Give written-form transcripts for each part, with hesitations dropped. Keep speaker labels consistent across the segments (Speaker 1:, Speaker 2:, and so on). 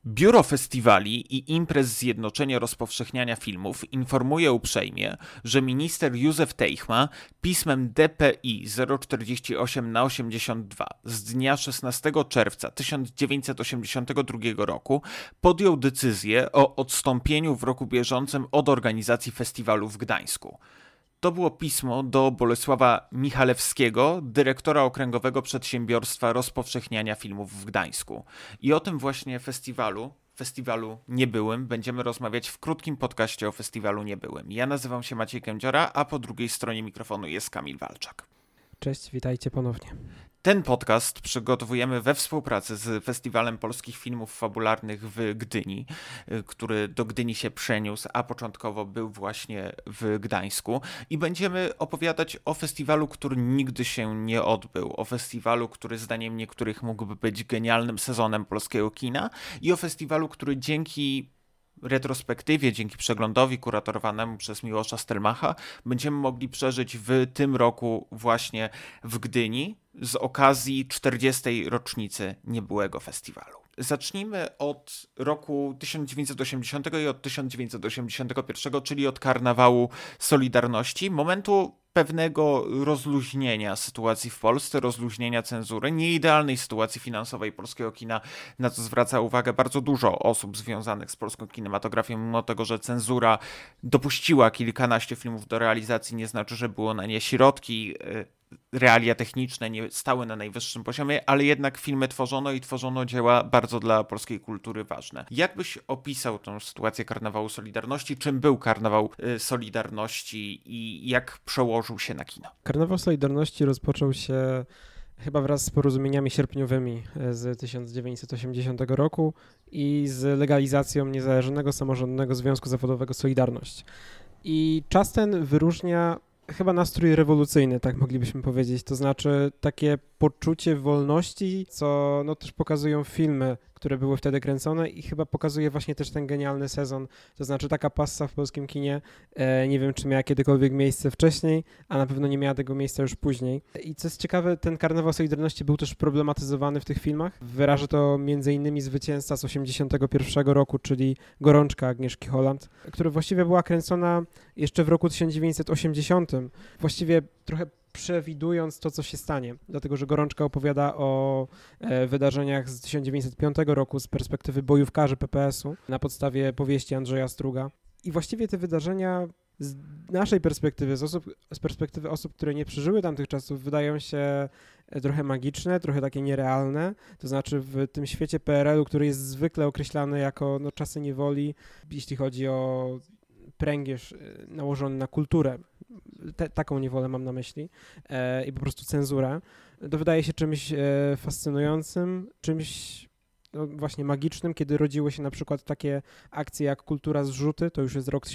Speaker 1: Biuro Festiwali i Imprez Zjednoczenia Rozpowszechniania Filmów informuje uprzejmie, że minister Józef Teichma pismem DPI 048/82 z dnia 16 czerwca 1982 roku podjął decyzję o odstąpieniu w roku bieżącym od organizacji festiwalu w Gdańsku. To było pismo do Bolesława Michalewskiego, dyrektora Okręgowego Przedsiębiorstwa Rozpowszechniania Filmów w Gdańsku. I o tym właśnie festiwalu Niebyłym, będziemy rozmawiać w krótkim podcaście o festiwalu Niebyłym. Ja nazywam się Maciej Kędziora, a po drugiej stronie mikrofonu jest Kamil Walczak.
Speaker 2: Cześć, witajcie ponownie.
Speaker 1: Ten podcast przygotowujemy we współpracy z Festiwalem Polskich Filmów Fabularnych w Gdyni, który do Gdyni się przeniósł, a początkowo był właśnie w Gdańsku. I będziemy opowiadać o festiwalu, który nigdy się nie odbył, o festiwalu, który zdaniem niektórych mógłby być genialnym sezonem polskiego kina i o festiwalu, który dzięki retrospektywie, dzięki przeglądowi kuratorowanemu przez Miłosza Stelmacha będziemy mogli przeżyć w tym roku właśnie w Gdyni z okazji 40. rocznicy Niebyłego Festiwalu. Zacznijmy od roku 1980 i od 1981, czyli od Karnawału Solidarności, momentu pewnego rozluźnienia sytuacji w Polsce, rozluźnienia cenzury, nieidealnej sytuacji finansowej polskiego kina, na co zwraca uwagę bardzo dużo osób związanych z polską kinematografią, mimo tego, że cenzura dopuściła kilkanaście filmów do realizacji, nie znaczy, że było na nie środki, realia techniczne nie stały na najwyższym poziomie, ale jednak filmy tworzono i tworzono dzieła bardzo dla polskiej kultury ważne. Jak byś opisał tę sytuację Karnawału Solidarności? Czym był Karnawał Solidarności i jak przełożył się na kino?
Speaker 2: Karnawał Solidarności rozpoczął się chyba wraz z porozumieniami sierpniowymi z 1980 roku i z legalizacją Niezależnego Samorządnego Związku Zawodowego Solidarność. I czas ten wyróżnia chyba nastrój rewolucyjny, tak moglibyśmy powiedzieć, to znaczy takie poczucie wolności, co też pokazują filmy, które były wtedy kręcone i chyba pokazuje właśnie też ten genialny sezon, to znaczy taka passa w polskim kinie, nie wiem czy miała kiedykolwiek miejsce wcześniej, a na pewno nie miała tego miejsca już później. I co jest ciekawe, ten Karnawał Solidarności był też problematyzowany w tych filmach. Wyraża to m.in. zwycięzca z 1981 roku, czyli Gorączka Agnieszki Holland, która właściwie była kręcona jeszcze w roku 1980, właściwie trochę przewidując to, co się stanie, dlatego że Gorączka opowiada o wydarzeniach z 1905 roku z perspektywy bojówkarzy PPS-u na podstawie powieści Andrzeja Struga. I właściwie te wydarzenia z naszej perspektywy, z perspektywy osób, które nie przeżyły tamtych czasów, wydają się trochę magiczne, trochę takie nierealne. To znaczy w tym świecie PRL-u, który jest zwykle określany jako czasy niewoli, jeśli chodzi o pręgierz nałożony na kulturę, taką niewolę mam na myśli, i po prostu cenzurę, to wydaje się czymś fascynującym, czymś właśnie magicznym, kiedy rodziły się na przykład takie akcje jak Kultura zrzuty, to już jest rok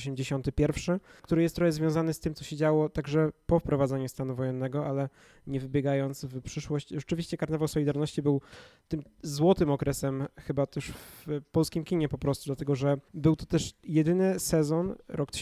Speaker 2: 1981, który jest trochę związany z tym, co się działo także po wprowadzeniu stanu wojennego, ale nie wybiegając w przyszłość. Rzeczywiście Karnawał Solidarności był tym złotym okresem chyba też w polskim kinie po prostu, dlatego że był to też jedyny sezon, rok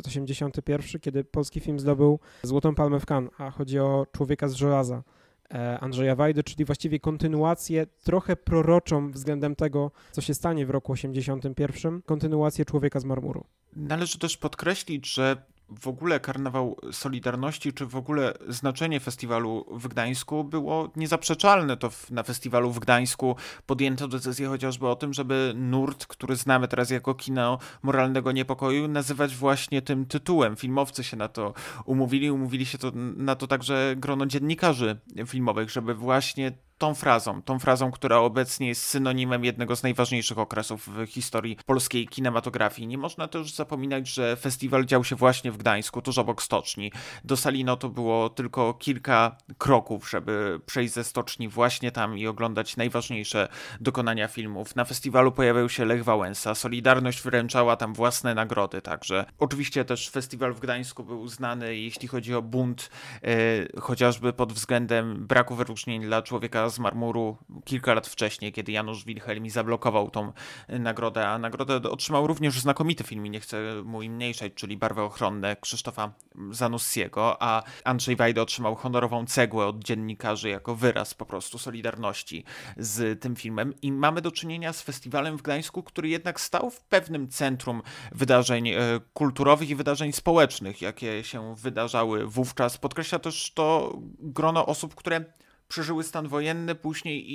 Speaker 2: 1981, kiedy polski film zdobył Złotą Palmę w Cannes, a chodzi o Człowieka z żelaza Andrzeja Wajdy, czyli właściwie kontynuację trochę proroczą względem tego, co się stanie w roku 1981, kontynuację Człowieka z marmuru.
Speaker 1: Należy też podkreślić, że w ogóle Karnawał Solidarności, czy w ogóle znaczenie festiwalu w Gdańsku było niezaprzeczalne. To na festiwalu w Gdańsku podjęto decyzję chociażby o tym, żeby nurt, który znamy teraz jako kino moralnego niepokoju, nazywać właśnie tym tytułem. Filmowcy się na to umówili się na to także grono dziennikarzy filmowych, żeby właśnie tą frazą, która obecnie jest synonimem jednego z najważniejszych okresów w historii polskiej kinematografii. Nie można też zapominać, że festiwal dział się właśnie w Gdańsku, tuż obok stoczni. Do Salino to było tylko kilka kroków, żeby przejść ze stoczni właśnie tam i oglądać najważniejsze dokonania filmów. Na festiwalu pojawiał się Lech Wałęsa, Solidarność wręczała tam własne nagrody także. Oczywiście też festiwal w Gdańsku był znany, jeśli chodzi o bunt, chociażby pod względem braku wyróżnień dla Człowieka Pokaz Marmuru kilka lat wcześniej, kiedy Janusz Wilhelmi zablokował tą nagrodę, a nagrodę otrzymał również znakomity film i nie chcę mu im mniejszać, czyli Barwy ochronne Krzysztofa Zanussiego, a Andrzej Wajda otrzymał honorową cegłę od dziennikarzy jako wyraz po prostu solidarności z tym filmem. I mamy do czynienia z festiwalem w Gdańsku, który jednak stał w pewnym centrum wydarzeń kulturowych i wydarzeń społecznych, jakie się wydarzały wówczas. Podkreśla też to grono osób, które przeżyły stan wojenny później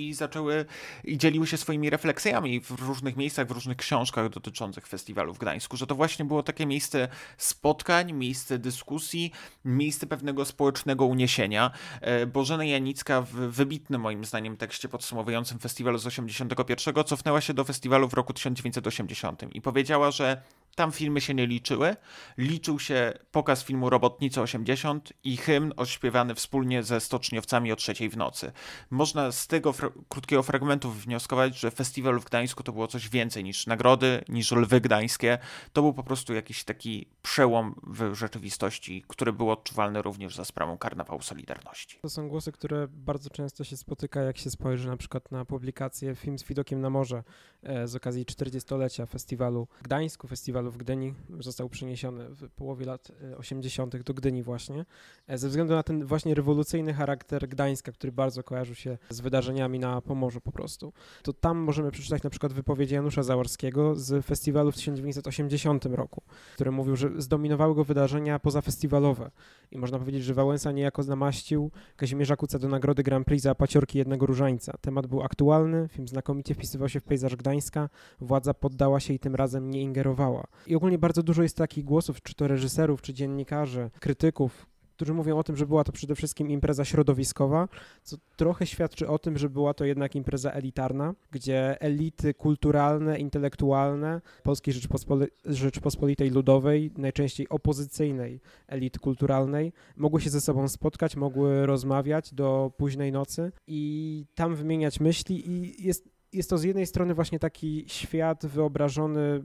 Speaker 1: i dzieliły się swoimi refleksjami w różnych miejscach, w różnych książkach dotyczących festiwalu w Gdańsku, że to właśnie było takie miejsce spotkań, miejsce dyskusji, miejsce pewnego społecznego uniesienia. Bożena Janicka w wybitnym moim zdaniem tekście podsumowującym festiwal z 81 cofnęła się do festiwalu w roku 1980 i powiedziała, że tam filmy się nie liczyły. Liczył się pokaz filmu Robotnicy 80 i hymn odśpiewany wspólnie ze stoczniowcami o 3:00 w nocy. Można z tego krótkiego fragmentu wnioskować, że festiwal w Gdańsku to było coś więcej niż nagrody, niż lwy gdańskie. To był po prostu jakiś taki przełom w rzeczywistości, który był odczuwalny również za sprawą Karnawału Solidarności.
Speaker 2: To są głosy, które bardzo często się spotyka, jak się spojrzy na przykład na publikację Film z widokiem na morze z okazji 40-lecia festiwalu w Gdańsku, festiwalu w Gdyni. Został przeniesiony w połowie lat 80. do Gdyni właśnie, ze względu na ten właśnie rewolucyjny charakter Gdańska, który bardzo kojarzył się z wydarzeniami na Pomorzu po prostu. To tam możemy przeczytać na przykład wypowiedź Janusza Zaorskiego z festiwalu w 1980 roku, który mówił, że zdominowały go wydarzenia pozafestiwalowe i można powiedzieć, że Wałęsa niejako namaścił Kazimierza Kuca do nagrody Grand Prix za Paciorki jednego różańca. Temat był aktualny, film znakomicie wpisywał się w pejzaż Gdańska, władza poddała się i tym razem nie ingerowała. I ogólnie bardzo dużo jest takich głosów, czy to reżyserów, czy dziennikarzy, krytyków, którzy mówią o tym, że była to przede wszystkim impreza środowiskowa, co trochę świadczy o tym, że była to jednak impreza elitarna, gdzie elity kulturalne, intelektualne Polskiej Rzeczypospolitej Ludowej, najczęściej opozycyjnej elity kulturalnej, mogły się ze sobą spotkać, mogły rozmawiać do późnej nocy i tam wymieniać myśli i jest to z jednej strony właśnie taki świat wyobrażony,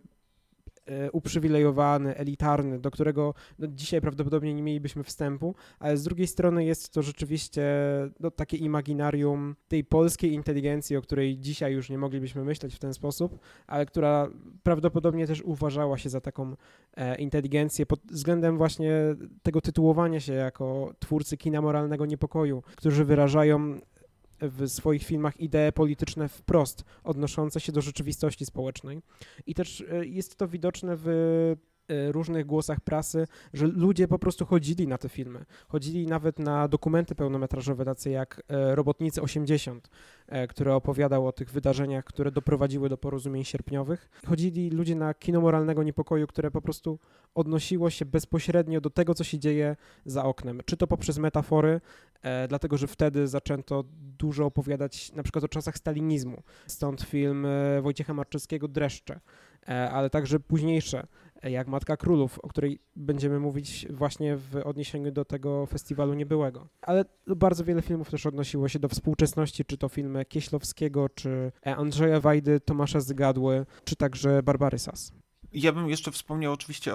Speaker 2: uprzywilejowany, elitarny, do którego dzisiaj prawdopodobnie nie mielibyśmy wstępu, ale z drugiej strony jest to rzeczywiście takie imaginarium tej polskiej inteligencji, o której dzisiaj już nie moglibyśmy myśleć w ten sposób, ale która prawdopodobnie też uważała się za taką inteligencję pod względem właśnie tego tytułowania się jako twórcy kina moralnego niepokoju, którzy wyrażają w swoich filmach idee polityczne wprost odnoszące się do rzeczywistości społecznej. I też jest to widoczne w różnych głosach prasy, że ludzie po prostu chodzili na te filmy. Chodzili nawet na dokumenty pełnometrażowe, tacy jak Robotnicy 80, który opowiadał o tych wydarzeniach, które doprowadziły do porozumień sierpniowych. Chodzili ludzie na kino moralnego niepokoju, które po prostu odnosiło się bezpośrednio do tego, co się dzieje za oknem. Czy to poprzez metafory, dlatego że wtedy zaczęto dużo opowiadać na przykład o czasach stalinizmu. Stąd film Wojciecha Marczewskiego Dreszcze, ale także późniejsze, jak Matka Królów, o której będziemy mówić właśnie w odniesieniu do tego festiwalu niebyłego. Ale bardzo wiele filmów też odnosiło się do współczesności, czy to filmy Kieślowskiego, czy Andrzeja Wajdy, Tomasza Zygadły, czy także Barbary Sass.
Speaker 1: Ja bym jeszcze wspomniał oczywiście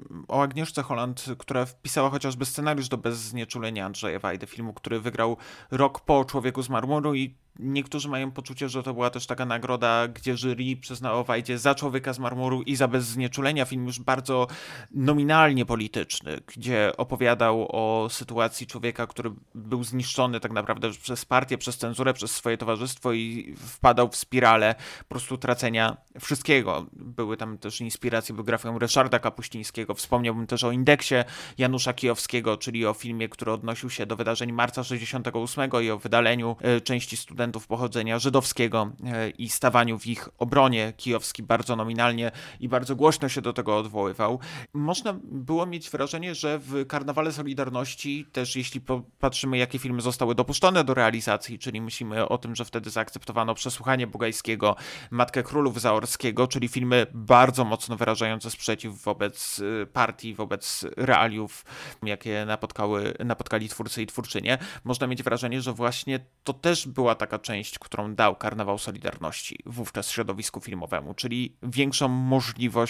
Speaker 1: o Agnieszce Holland, która wpisała chociażby scenariusz do Bez znieczulenia Andrzeja Wajdy, filmu, który wygrał rok po Człowieku z Marmuru i niektórzy mają poczucie, że to była też taka nagroda, gdzie jury przyznało Wajdzie za Człowieka z Marmuru i za Bez znieczulenia, film już bardzo nominalnie polityczny, gdzie opowiadał o sytuacji człowieka, który był zniszczony tak naprawdę przez partię, przez cenzurę, przez swoje towarzystwo i wpadał w spiralę po prostu tracenia wszystkiego. Były tam też inspiracje biografią Ryszarda Kapuścińskiego. Wspomniałbym też o Indeksie Janusza Kijowskiego, czyli o filmie, który odnosił się do wydarzeń marca 68 i o wydaleniu części studentów pochodzenia żydowskiego i stawaniu w ich obronie. Kijowski bardzo nominalnie i bardzo głośno się do tego odwoływał. Można było mieć wrażenie, że w Karnawale Solidarności też jeśli popatrzymy, jakie filmy zostały dopuszczone do realizacji, czyli myślimy o tym, że wtedy zaakceptowano Przesłuchanie Bugajskiego, Matkę Królów Zaorskiego, czyli filmy bardzo mocno wyrażające sprzeciw wobec partii, wobec realiów, jakie napotkali twórcy i twórczynie. Można mieć wrażenie, że właśnie to też była taka część, którą dał Karnawał Solidarności wówczas środowisku filmowemu, czyli większą możliwość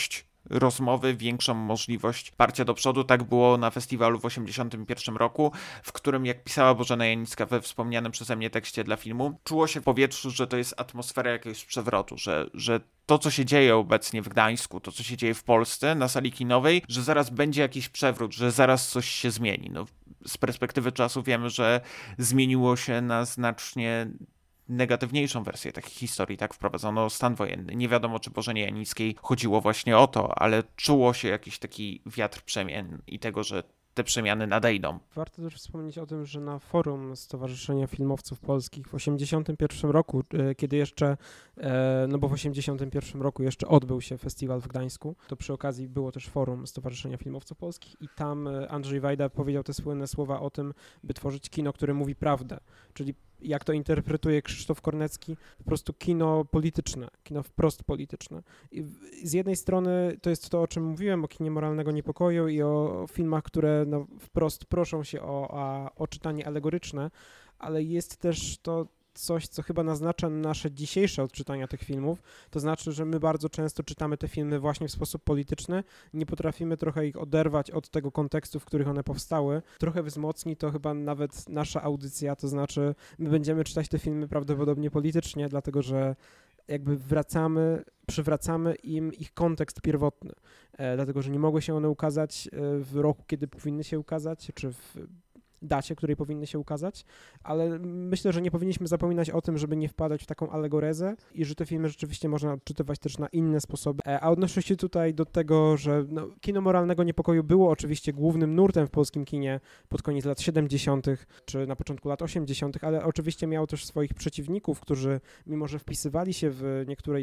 Speaker 1: rozmowy, większą możliwość parcia do przodu. Tak było na festiwalu w 1981 roku, w którym, jak pisała Bożena Janicka we wspomnianym przeze mnie tekście dla filmu, czuło się w powietrzu, że to jest atmosfera jakiegoś przewrotu, że to, co się dzieje obecnie w Gdańsku, to, co się dzieje w Polsce na sali kinowej, że zaraz będzie jakiś przewrót, że zaraz coś się zmieni. No, z perspektywy czasu wiemy, że zmieniło się na znacznie negatywniejszą wersję takich historii, tak? Wprowadzono stan wojenny. Nie wiadomo, czy Bożenie Janickiej chodziło właśnie o to, ale czuło się jakiś taki wiatr przemian i tego, że te przemiany nadejdą.
Speaker 2: Warto też wspomnieć o tym, że na forum Stowarzyszenia Filmowców Polskich w 1981 roku, kiedy jeszcze, no bo w 1981 roku jeszcze odbył się festiwal w Gdańsku, to przy okazji było też forum Stowarzyszenia Filmowców Polskich i tam Andrzej Wajda powiedział te słynne słowa o tym, by tworzyć kino, które mówi prawdę, czyli jak to interpretuje Krzysztof Kornecki, po prostu kino polityczne, kino wprost polityczne. I z jednej strony to jest to, o czym mówiłem, o kinie moralnego niepokoju i o filmach, które no, wprost proszą się o czytanie alegoryczne, ale jest też to coś, co chyba naznacza nasze dzisiejsze odczytania tych filmów, to znaczy, że my bardzo często czytamy te filmy właśnie w sposób polityczny, nie potrafimy trochę ich oderwać od tego kontekstu, w których one powstały. Trochę wzmocni to chyba nawet nasza audycja, to znaczy my będziemy czytać te filmy prawdopodobnie politycznie, dlatego że jakby przywracamy im ich kontekst pierwotny, dlatego że nie mogły się one ukazać w roku, kiedy powinny się ukazać, czy w dacie, której powinny się ukazać, ale myślę, że nie powinniśmy zapominać o tym, żeby nie wpadać w taką alegorezę i że te filmy rzeczywiście można odczytywać też na inne sposoby. A odnoszę się tutaj do tego, że no, kino moralnego niepokoju było oczywiście głównym nurtem w polskim kinie pod koniec lat 70. czy na początku lat 80., ale oczywiście miało też swoich przeciwników, którzy mimo, że wpisywali się w niektóre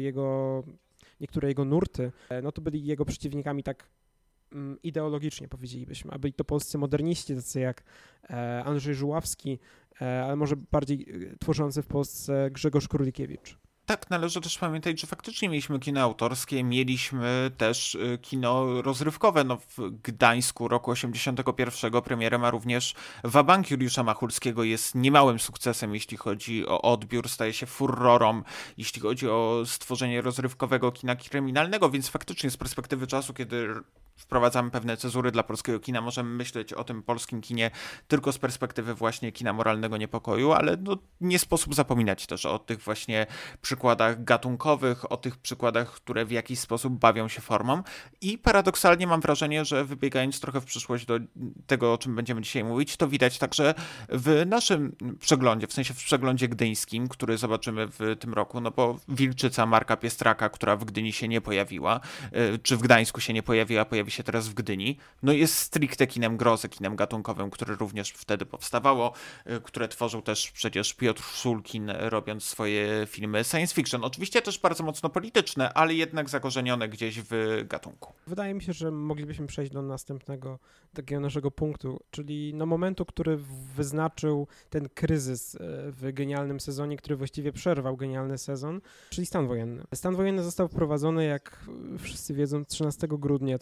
Speaker 2: jego nurty, no to byli jego przeciwnikami tak ideologicznie, powiedzielibyśmy, a byli to polscy moderniści, tacy jak Andrzej Żuławski, ale może bardziej tworzący w Polsce Grzegorz Królikiewicz.
Speaker 1: Tak, należy też pamiętać, że faktycznie mieliśmy kino autorskie, mieliśmy też kino rozrywkowe. No, w Gdańsku roku 81 premierę ma również Wabank Juliusza Machulskiego. Jest niemałym sukcesem, jeśli chodzi o odbiór, staje się furorą, jeśli chodzi o stworzenie rozrywkowego kina kryminalnego, więc faktycznie z perspektywy czasu, kiedy wprowadzamy pewne cezury dla polskiego kina, możemy myśleć o tym polskim kinie tylko z perspektywy właśnie kina moralnego niepokoju, ale no, nie sposób zapominać też o tych właśnie przykładach gatunkowych, o tych przykładach, które w jakiś sposób bawią się formą i paradoksalnie mam wrażenie, że wybiegając trochę w przyszłość do tego, o czym będziemy dzisiaj mówić, to widać także w naszym przeglądzie, w sensie w przeglądzie gdyńskim, który zobaczymy w tym roku, no bo Wilczyca Marka Piestraka, która w Gdyni się nie pojawiła, czy w Gdańsku się nie pojawiła, pojawi się teraz w Gdyni, no jest stricte kinem grozy, kinem gatunkowym, które również wtedy powstawało, które tworzył też przecież Piotr Szulkin, robiąc swoje filmy science fiction. Oczywiście też bardzo mocno polityczne, ale jednak zakorzenione gdzieś w gatunku.
Speaker 2: Wydaje mi się, że moglibyśmy przejść do następnego takiego naszego punktu, czyli no momentu, który wyznaczył ten kryzys w genialnym sezonie, który właściwie przerwał genialny sezon, czyli stan wojenny. Stan wojenny został wprowadzony, jak wszyscy wiedzą, 13 grudnia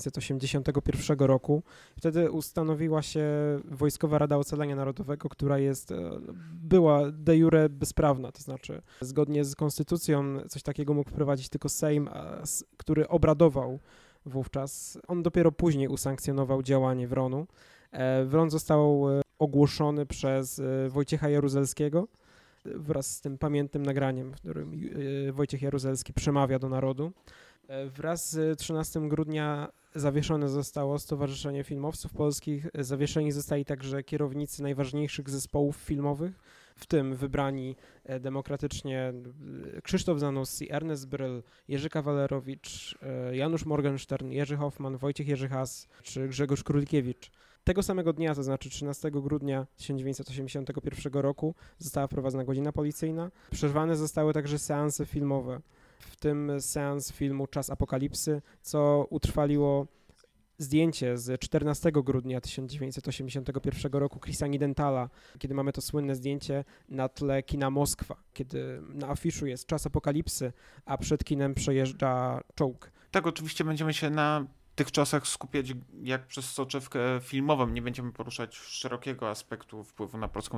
Speaker 2: 1981 roku. Wtedy ustanowiła się Wojskowa Rada Ocalenia Narodowego, która była de jure bezprawna, to znaczy zgodnie z konstytucją coś takiego mógł wprowadzić tylko Sejm, który obradował wówczas. On dopiero później usankcjonował działanie WRON-u. WRON został ogłoszony przez Wojciecha Jaruzelskiego wraz z tym pamiętnym nagraniem, w którym Wojciech Jaruzelski przemawia do narodu. Wraz z 13 grudnia zawieszone zostało Stowarzyszenie Filmowców Polskich. Zawieszeni zostali także kierownicy najważniejszych zespołów filmowych, w tym wybrani demokratycznie Krzysztof Zanussi, Ernest Bryl, Jerzy Kawalerowicz, Janusz Morgenstern, Jerzy Hoffman, Wojciech Jerzy Has czy Grzegorz Królikiewicz. Tego samego dnia, to znaczy 13 grudnia 1981 roku, została wprowadzona godzina policyjna. Przerwane zostały także seanse filmowe, w tym seans filmu Czas Apokalipsy, co utrwaliło zdjęcie z 14 grudnia 1981 roku Chrisa Nidentala, kiedy mamy to słynne zdjęcie na tle kina Moskwa, kiedy na afiszu jest Czas Apokalipsy, a przed kinem przejeżdża czołg.
Speaker 1: Tak, oczywiście będziemy się na tych czasach skupiać jak przez soczewkę filmową. Nie będziemy poruszać szerokiego aspektu wpływu na polską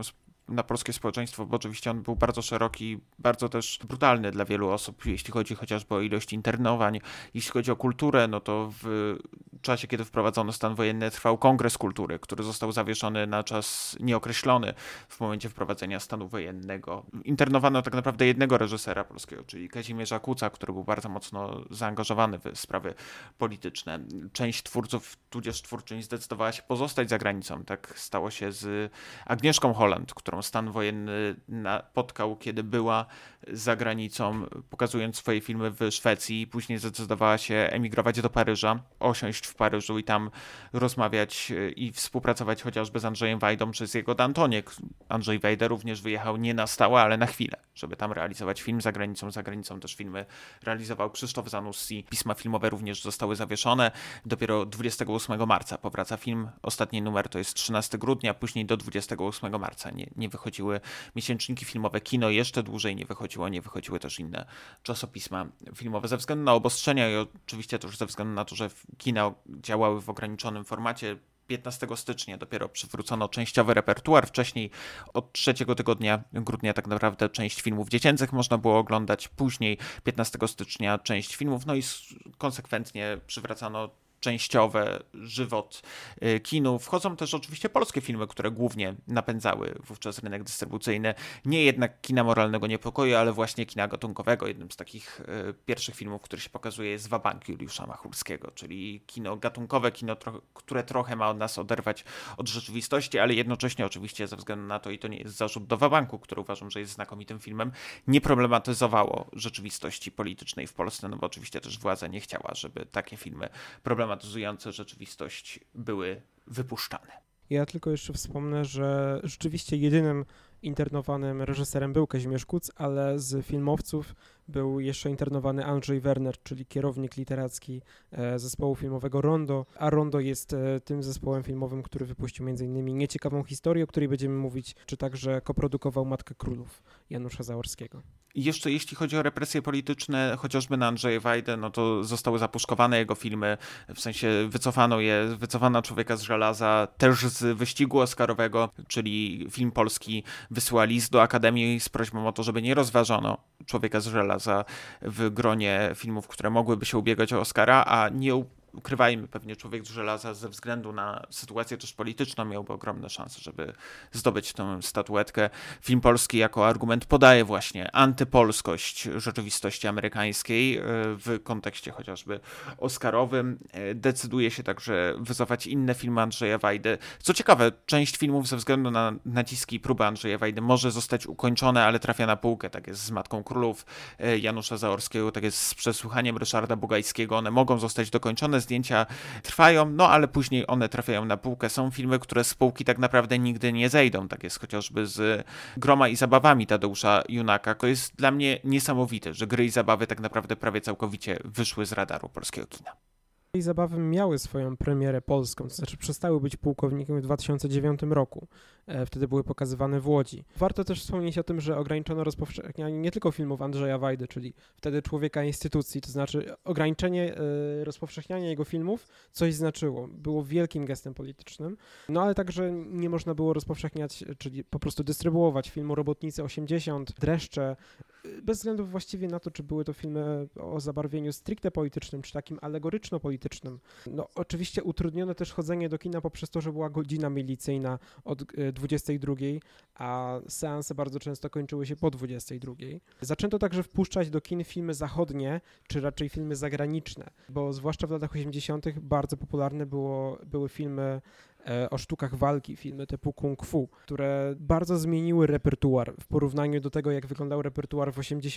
Speaker 1: na polskie społeczeństwo, bo oczywiście on był bardzo szeroki, bardzo też brutalny dla wielu osób, jeśli chodzi chociażby o ilość internowań. Jeśli chodzi o kulturę, no to w czasie, kiedy wprowadzono stan wojenny, trwał Kongres Kultury, który został zawieszony na czas nieokreślony w momencie wprowadzenia stanu wojennego. Internowano tak naprawdę jednego reżysera polskiego, czyli Kazimierza Kuca, który był bardzo mocno zaangażowany w sprawy polityczne. Część twórców, tudzież twórczyń zdecydowała się pozostać za granicą. Tak stało się z Agnieszką Holland, którą stan wojenny napotkał, kiedy była za granicą, pokazując swoje filmy w Szwecji. Później zdecydowała się emigrować do Paryża, osiąść w Paryżu i tam rozmawiać i współpracować chociażby z Andrzejem Wajdą czy z jego D'Antoniek. Andrzej Wajda również wyjechał nie na stałe, ale na chwilę, żeby tam realizować film za granicą. Za granicą też filmy realizował Krzysztof Zanussi. Pisma filmowe również zostały zawieszone. Dopiero 28 marca powraca film. Ostatni numer to jest 13 grudnia, później do 28 marca nie wychodziły miesięczniki filmowe. Kino jeszcze dłużej nie wychodziły też inne czasopisma filmowe ze względu na obostrzenia i oczywiście też ze względu na to, że kina działały w ograniczonym formacie. 15 stycznia dopiero przywrócono częściowy repertuar. Wcześniej od 3 tygodnia grudnia tak naprawdę część filmów dziecięcych można było oglądać. Później 15 stycznia część filmów, no i konsekwentnie przywracano częściowe żywot kinu. Wchodzą też oczywiście polskie filmy, które głównie napędzały wówczas rynek dystrybucyjny. Nie jednak kina moralnego niepokoju, ale właśnie kina gatunkowego. Jednym z takich pierwszych filmów, który się pokazuje, jest Wabank Juliusza Machulskiego, czyli kino gatunkowe, kino, które trochę ma od nas oderwać od rzeczywistości, ale jednocześnie oczywiście ze względu na to, i to nie jest zarzut do Wabanku, który uważam, że jest znakomitym filmem, nie problematyzowało rzeczywistości politycznej w Polsce, no bo oczywiście też władza nie chciała, żeby takie filmy problematyzowały rzeczywistość były wypuszczane.
Speaker 2: Ja tylko jeszcze wspomnę, że rzeczywiście jedynym internowanym reżyserem był Kazimierz Kuc, ale z filmowców był jeszcze internowany Andrzej Werner, czyli kierownik literacki zespołu filmowego Rondo, a Rondo jest tym zespołem filmowym, który wypuścił m.in. Nieciekawą historię, o której będziemy mówić, czy także koprodukował Matkę Królów Janusza Zaorskiego.
Speaker 1: I jeszcze jeśli chodzi o represje polityczne, chociażby na Andrzeja Wajdę, no to zostały zapuszkowane jego filmy, w sensie wycofano Człowieka z żelaza, też z wyścigu oscarowego, czyli film polski wysyła list do Akademii z prośbą o to, żeby nie rozważono Człowieka z żelaza w gronie filmów, które mogłyby się ubiegać o Oscara, a nie ukrywajmy, pewnie Człowiek z żelaza ze względu na sytuację też polityczną miałby ogromne szanse, żeby zdobyć tę statuetkę. Film polski jako argument podaje właśnie antypolskość rzeczywistości amerykańskiej w kontekście chociażby oscarowym. Decyduje się także wycofać inne filmy Andrzeja Wajdy. Co ciekawe, część filmów ze względu na naciski i próby Andrzeja Wajdy może zostać ukończone, ale trafia na półkę. Tak jest z Matką Królów Janusza Zaorskiego, tak jest z Przesłuchaniem Ryszarda Bugajskiego. One mogą zostać dokończone, zdjęcia trwają, no ale później one trafiają na półkę. Są filmy, które z półki tak naprawdę nigdy nie zejdą. Tak jest chociażby z Groma i zabawami Tadeusza Junaka. To jest dla mnie niesamowite, że Gry i zabawy tak naprawdę prawie całkowicie wyszły z radaru polskiego kina.
Speaker 2: I zabawy miały swoją premierę polską, to znaczy przestały być pułkownikiem w 2009 roku. Wtedy były pokazywane w Łodzi. Warto też wspomnieć o tym, że ograniczono rozpowszechnianie nie tylko filmów Andrzeja Wajdy, czyli wtedy Człowieka instytucji, to znaczy ograniczenie rozpowszechniania jego filmów coś znaczyło. Było wielkim gestem politycznym, no ale także nie można było rozpowszechniać, czyli po prostu dystrybuować filmu Robotnicy 80, Dreszcze, bez względu właściwie na to, czy były to filmy o zabarwieniu stricte politycznym, czy takim alegoryczno-politycznym. No oczywiście utrudniono też chodzenie do kina poprzez to, że była godzina milicyjna od 22, a seanse bardzo często kończyły się po 22. Zaczęto także wpuszczać do kin filmy zachodnie, czy raczej filmy zagraniczne, bo zwłaszcza w latach 80. bardzo popularne były filmy o sztukach walki, filmy typu kung fu, które bardzo zmieniły repertuar w porównaniu do tego, jak wyglądał repertuar w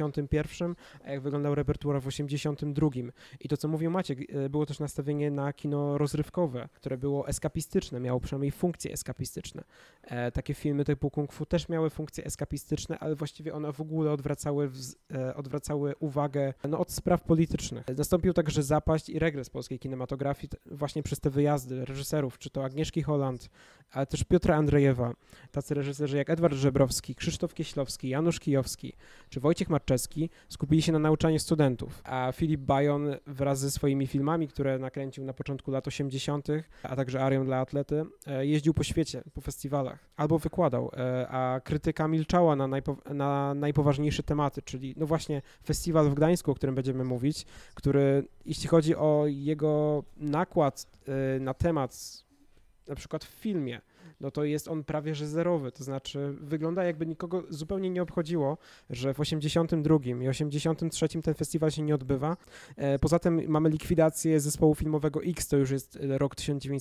Speaker 2: 81, a jak wyglądał repertuar w 82. I to, co mówił Maciek, było też nastawienie na kino rozrywkowe, które było eskapistyczne, miało przynajmniej funkcje eskapistyczne. Takie filmy typu kung fu też miały funkcje eskapistyczne, ale właściwie one w ogóle odwracały uwagę od spraw politycznych. Nastąpił także zapaść i regres polskiej kinematografii właśnie przez te wyjazdy reżyserów, czy to Agnieszki Agnieszki Holland, ale też Piotra Andrejewa, tacy reżyserzy jak Edward Żebrowski, Krzysztof Kieślowski, Janusz Kijowski czy Wojciech Marczewski skupili się na nauczaniu studentów, a Philip Bajon wraz ze swoimi filmami, które nakręcił na początku lat 80., a także Arią dla atlety, jeździł po świecie, po festiwalach albo wykładał, a krytyka milczała na najpoważniejsze tematy, czyli no właśnie festiwal w Gdańsku, o którym będziemy mówić, który jeśli chodzi o jego nakład na temat na przykład w filmie, no to jest on prawie że zerowy, to znaczy wygląda jakby nikogo zupełnie nie obchodziło, że w 82 i 83 ten festiwal się nie odbywa. Poza tym mamy likwidację zespołu filmowego X, to już jest rok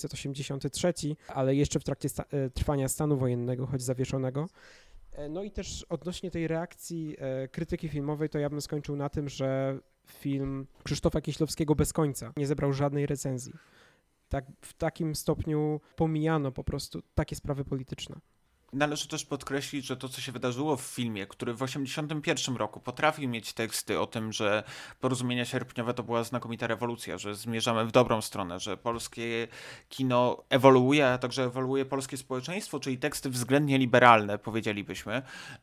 Speaker 2: 1983, ale jeszcze w trakcie trwania stanu wojennego, choć zawieszonego. No i też odnośnie tej reakcji krytyki filmowej, to ja bym skończył na tym, że film Krzysztofa Kieślowskiego Bez końca nie zebrał żadnej recenzji. Tak, w takim stopniu pomijano po prostu takie sprawy polityczne.
Speaker 1: Należy też podkreślić, że to, co się wydarzyło w filmie, który w 1981 roku potrafił mieć teksty o tym, że porozumienia sierpniowe to była znakomita rewolucja, że zmierzamy w dobrą stronę, że polskie kino ewoluuje, a także ewoluuje polskie społeczeństwo, czyli teksty względnie liberalne, powiedzielibyśmy,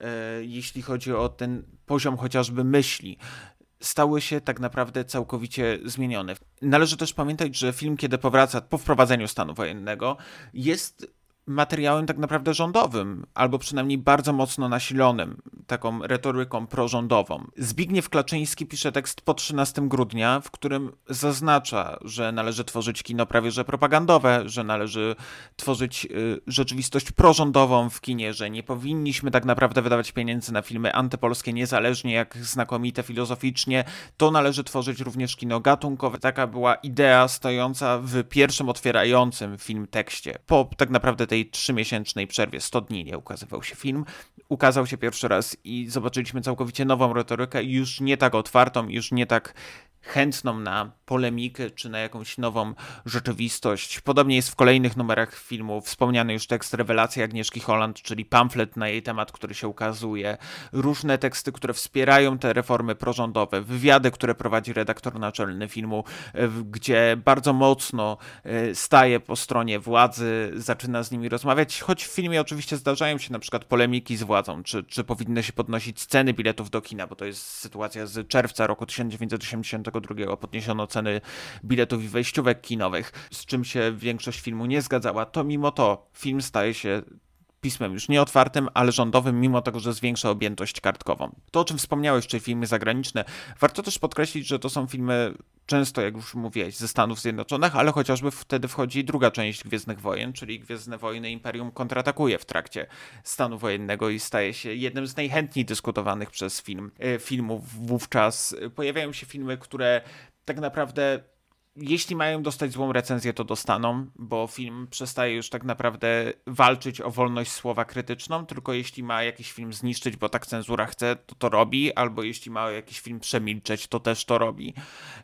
Speaker 1: jeśli chodzi o ten poziom chociażby myśli, stały się tak naprawdę całkowicie zmienione. Należy też pamiętać, że film, kiedy powraca po wprowadzeniu stanu wojennego, jest materiałem tak naprawdę rządowym, albo przynajmniej bardzo mocno nasilonym, taką retoryką prorządową. Zbigniew Klaczyński pisze tekst po 13 grudnia, w którym zaznacza, że należy tworzyć kino prawie że propagandowe, że należy tworzyć rzeczywistość prorządową w kinie, że nie powinniśmy tak naprawdę wydawać pieniędzy na filmy antypolskie, niezależnie jak znakomite filozoficznie, to należy tworzyć również kino gatunkowe. Taka była idea stojąca w pierwszym otwierającym film tekście. Po tak naprawdę tej 3-miesięcznej przerwie, 100 dni nie ukazywał się film, ukazał się pierwszy raz i zobaczyliśmy całkowicie nową retorykę, już nie tak otwartą, już nie tak chętną na polemikę czy na jakąś nową rzeczywistość. Podobnie jest w kolejnych numerach filmu. Wspomniany już tekst Rewelacji Agnieszki Holland, czyli pamflet na jej temat, który się ukazuje. Różne teksty, które wspierają te reformy prorządowe. Wywiady, które prowadzi redaktor naczelny filmu, gdzie bardzo mocno staje po stronie władzy, zaczyna z nimi rozmawiać, choć w filmie oczywiście zdarzają się na przykład polemiki z władzą, czy powinny się podnosić ceny biletów do kina, bo to jest sytuacja z czerwca roku 1982. Podniesiono ceny biletów i wejściówek kinowych, z czym się większość filmu nie zgadzała. To mimo to film staje się pismem już nie otwartym, ale rządowym, mimo tego, że zwiększa objętość kartkową. To, o czym wspomniałeś, czyli filmy zagraniczne, warto też podkreślić, że to są filmy często, jak już mówiłeś, ze Stanów Zjednoczonych, ale chociażby wtedy wchodzi druga część Gwiezdnych Wojen, czyli Gwiezdne Wojny Imperium kontratakuje w trakcie stanu wojennego i staje się jednym z najchętniej dyskutowanych przez filmów wówczas. Pojawiają się filmy, które tak naprawdę jeśli mają dostać złą recenzję, to dostaną, bo film przestaje już tak naprawdę walczyć o wolność słowa krytyczną, tylko jeśli ma jakiś film zniszczyć, bo tak cenzura chce, to robi, albo jeśli ma jakiś film przemilczeć, to też to robi.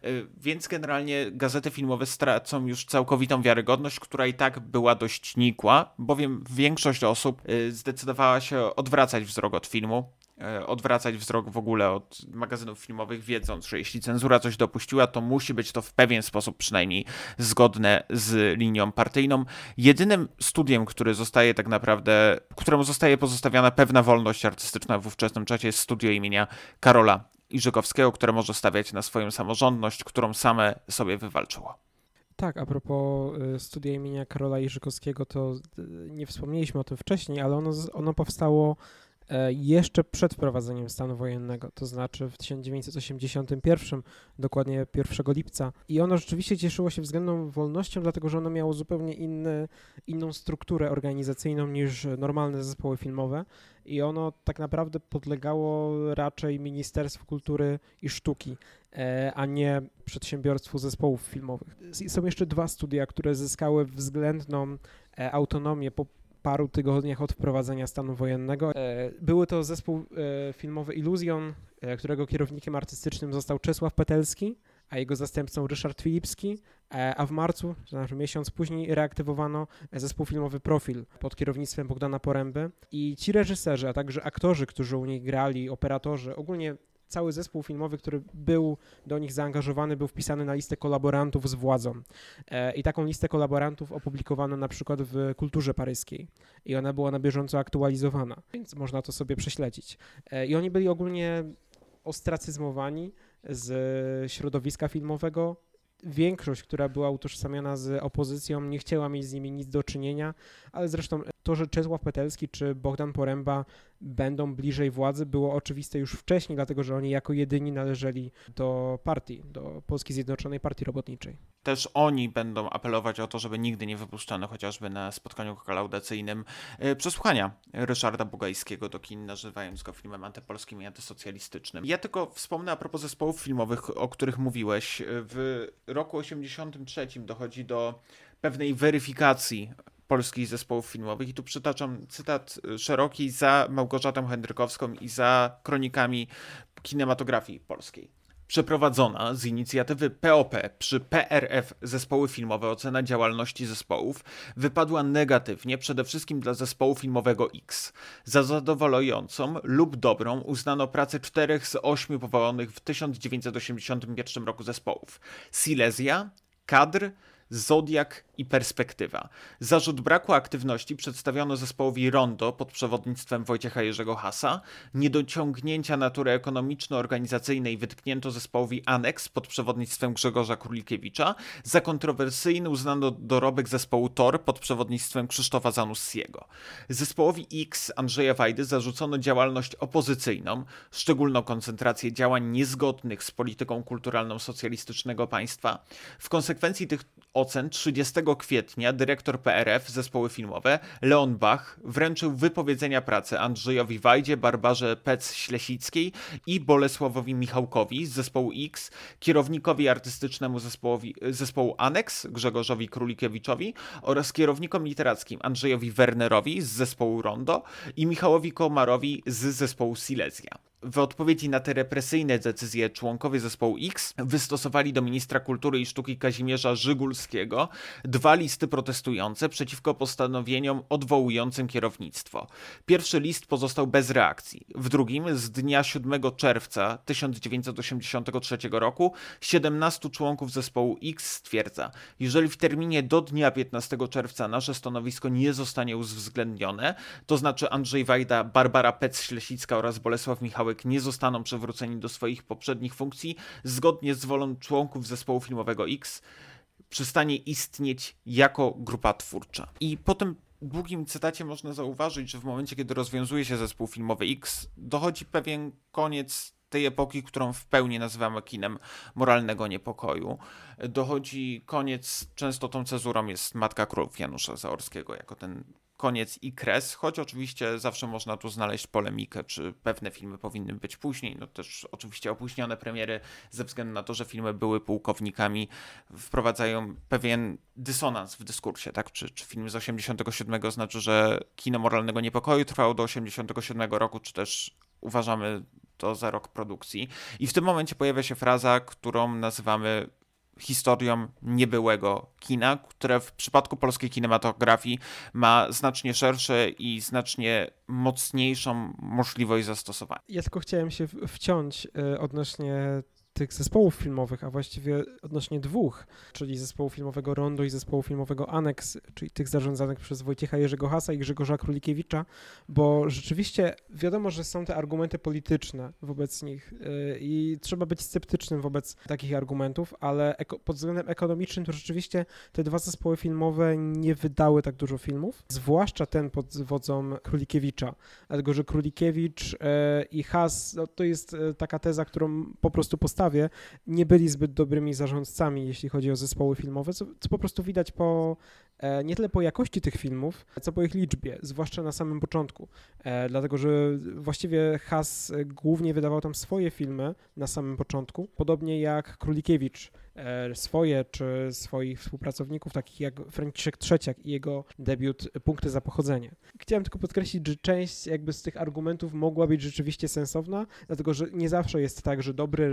Speaker 1: Więc generalnie gazety filmowe stracą już całkowitą wiarygodność, która i tak była dość nikła, bowiem większość osób zdecydowała się odwracać wzrok od filmu, odwracać wzrok w ogóle od magazynów filmowych, wiedząc, że jeśli cenzura coś dopuściła, to musi być to w pewien sposób przynajmniej zgodne z linią partyjną. Jedynym studiem, któremu zostaje pozostawiona pewna wolność artystyczna w ówczesnym czasie, jest studio imienia Karola Iżykowskiego, które może stawiać na swoją samorządność, którą same sobie wywalczyło.
Speaker 2: Tak, a propos studia imienia Karola Iżykowskiego, to nie wspomnieliśmy o tym wcześniej, ale ono powstało jeszcze przed wprowadzeniem stanu wojennego, to znaczy w 1981, dokładnie 1 lipca. I ono rzeczywiście cieszyło się względną wolnością, dlatego że ono miało zupełnie inną strukturę organizacyjną niż normalne zespoły filmowe i ono tak naprawdę podlegało raczej Ministerstwu Kultury i Sztuki, a nie przedsiębiorstwu zespołów filmowych. Są jeszcze dwa studia, które zyskały względną autonomię po paru tygodniach od wprowadzenia stanu wojennego. Były to zespół filmowy Iluzjon, którego kierownikiem artystycznym został Czesław Petelski, a jego zastępcą Ryszard Filipski, a w marcu, to znaczy miesiąc później, reaktywowano zespół filmowy Profil pod kierownictwem Bogdana Poręby i ci reżyserzy, a także aktorzy, którzy u nich grali, operatorzy, ogólnie cały zespół filmowy, który był do nich zaangażowany, był wpisany na listę kolaborantów z władzą. I taką listę kolaborantów opublikowano na przykład w Kulturze Paryskiej i ona była na bieżąco aktualizowana, więc można to sobie prześledzić. I oni byli ogólnie ostracyzmowani z środowiska filmowego. Większość, która była utożsamiana z opozycją, nie chciała mieć z nimi nic do czynienia, ale zresztą to, że Czesław Petelski czy Bogdan Poręba będą bliżej władzy, było oczywiste już wcześniej, dlatego że oni jako jedyni należeli do partii, do Polskiej Zjednoczonej Partii Robotniczej.
Speaker 1: Też oni będą apelować o to, żeby nigdy nie wypuszczano chociażby na spotkaniu kolaudacyjnym przesłuchania Ryszarda Bugajskiego do kin, nazywając go filmem antypolskim i antysocjalistycznym. Ja tylko wspomnę a propos zespołów filmowych, o których mówiłeś. W roku 1983 dochodzi do pewnej weryfikacji polskich zespołów filmowych i tu przytaczam cytat szeroki za Małgorzatą Hendrykowską i za kronikami kinematografii polskiej. Przeprowadzona z inicjatywy POP przy PRF Zespoły Filmowe ocena działalności zespołów wypadła negatywnie przede wszystkim dla zespołu filmowego X. Za zadowalającą lub dobrą uznano pracę 4 z 8 powołanych w 1981 roku zespołów: Silesia, Kadr, Zodiak i Perspektywa. Zarzut braku aktywności przedstawiono zespołowi Rondo pod przewodnictwem Wojciecha Jerzego Hasa, niedociągnięcia natury ekonomiczno-organizacyjnej wytknięto zespołowi Aneks pod przewodnictwem Grzegorza Królikiewicza, za kontrowersyjny uznano dorobek zespołu Tor pod przewodnictwem Krzysztofa Zanussiego. Zespołowi X Andrzeja Wajdy zarzucono działalność opozycyjną, szczególną koncentrację działań niezgodnych z polityką kulturalną socjalistycznego państwa. W konsekwencji tych ocen 30 kwietnia dyrektor PRF Zespoły Filmowe Leon Bach wręczył wypowiedzenia pracy Andrzejowi Wajdzie, Barbarze Pec-Ślesickiej i Bolesławowi Michałkowi z zespołu X, kierownikowi artystycznemu zespołu Aneks Grzegorzowi Królikiewiczowi oraz kierownikom literackim Andrzejowi Wernerowi z zespołu Rondo i Michałowi Komarowi z zespołu Silesia. W odpowiedzi na te represyjne decyzje członkowie zespołu X wystosowali do ministra kultury i sztuki Kazimierza Żygulskiego 2 listy protestujące przeciwko postanowieniom odwołującym kierownictwo. Pierwszy list pozostał bez reakcji. W drugim, z dnia 7 czerwca 1983 roku, 17 członków zespołu X stwierdza: jeżeli w terminie do dnia 15 czerwca nasze stanowisko nie zostanie uwzględnione, to znaczy Andrzej Wajda, Barbara Pec-Ślesicka oraz Bolesław Michałek nie zostaną przywróceni do swoich poprzednich funkcji, zgodnie z wolą członków zespołu filmowego X przestanie istnieć jako grupa twórcza. I po tym długim cytacie można zauważyć, że w momencie, kiedy rozwiązuje się zespół filmowy X, dochodzi pewien koniec tej epoki, którą w pełni nazywamy kinem moralnego niepokoju. Dochodzi koniec, często tą cezurą jest Matka Królów Janusza Zaorskiego, jako ten koniec i kres, choć oczywiście zawsze można tu znaleźć polemikę, czy pewne filmy powinny być później. No też oczywiście opóźnione premiery ze względu na to, że filmy były pułkownikami, wprowadzają pewien dysonans w dyskursie, tak? Czy film z 87 znaczy, że kino moralnego niepokoju trwało do 87 roku, czy też uważamy to za rok produkcji. I w tym momencie pojawia się fraza, którą nazywamy historią niebyłego kina, które w przypadku polskiej kinematografii ma znacznie szersze i znacznie mocniejszą możliwość zastosowania.
Speaker 2: Ja tylko chciałem się wciąć odnośnie tych zespołów filmowych, a właściwie odnośnie 2, czyli zespołu filmowego Rondo i zespołu filmowego Aneks, czyli tych zarządzanych przez Wojciecha Jerzego Hasa i Grzegorza Królikiewicza, bo rzeczywiście wiadomo, że są te argumenty polityczne wobec nich i trzeba być sceptycznym wobec takich argumentów, ale pod względem ekonomicznym to rzeczywiście te 2 zespoły filmowe nie wydały tak dużo filmów, zwłaszcza ten pod wodzą Królikiewicza, dlatego że Królikiewicz i Has, no, to jest taka teza, którą po prostu postawię, nie byli zbyt dobrymi zarządcami, jeśli chodzi o zespoły filmowe, co po prostu widać nie tyle po jakości tych filmów, co po ich liczbie, zwłaszcza na samym początku, dlatego że właściwie Has głównie wydawał tam swoje filmy na samym początku, podobnie jak Królikiewicz swoje czy swoich współpracowników, takich jak Franciszek Trzeciak i jego debiut Punkty za pochodzenie. Chciałem tylko podkreślić, że część jakby z tych argumentów mogła być rzeczywiście sensowna, dlatego że nie zawsze jest tak, że dobry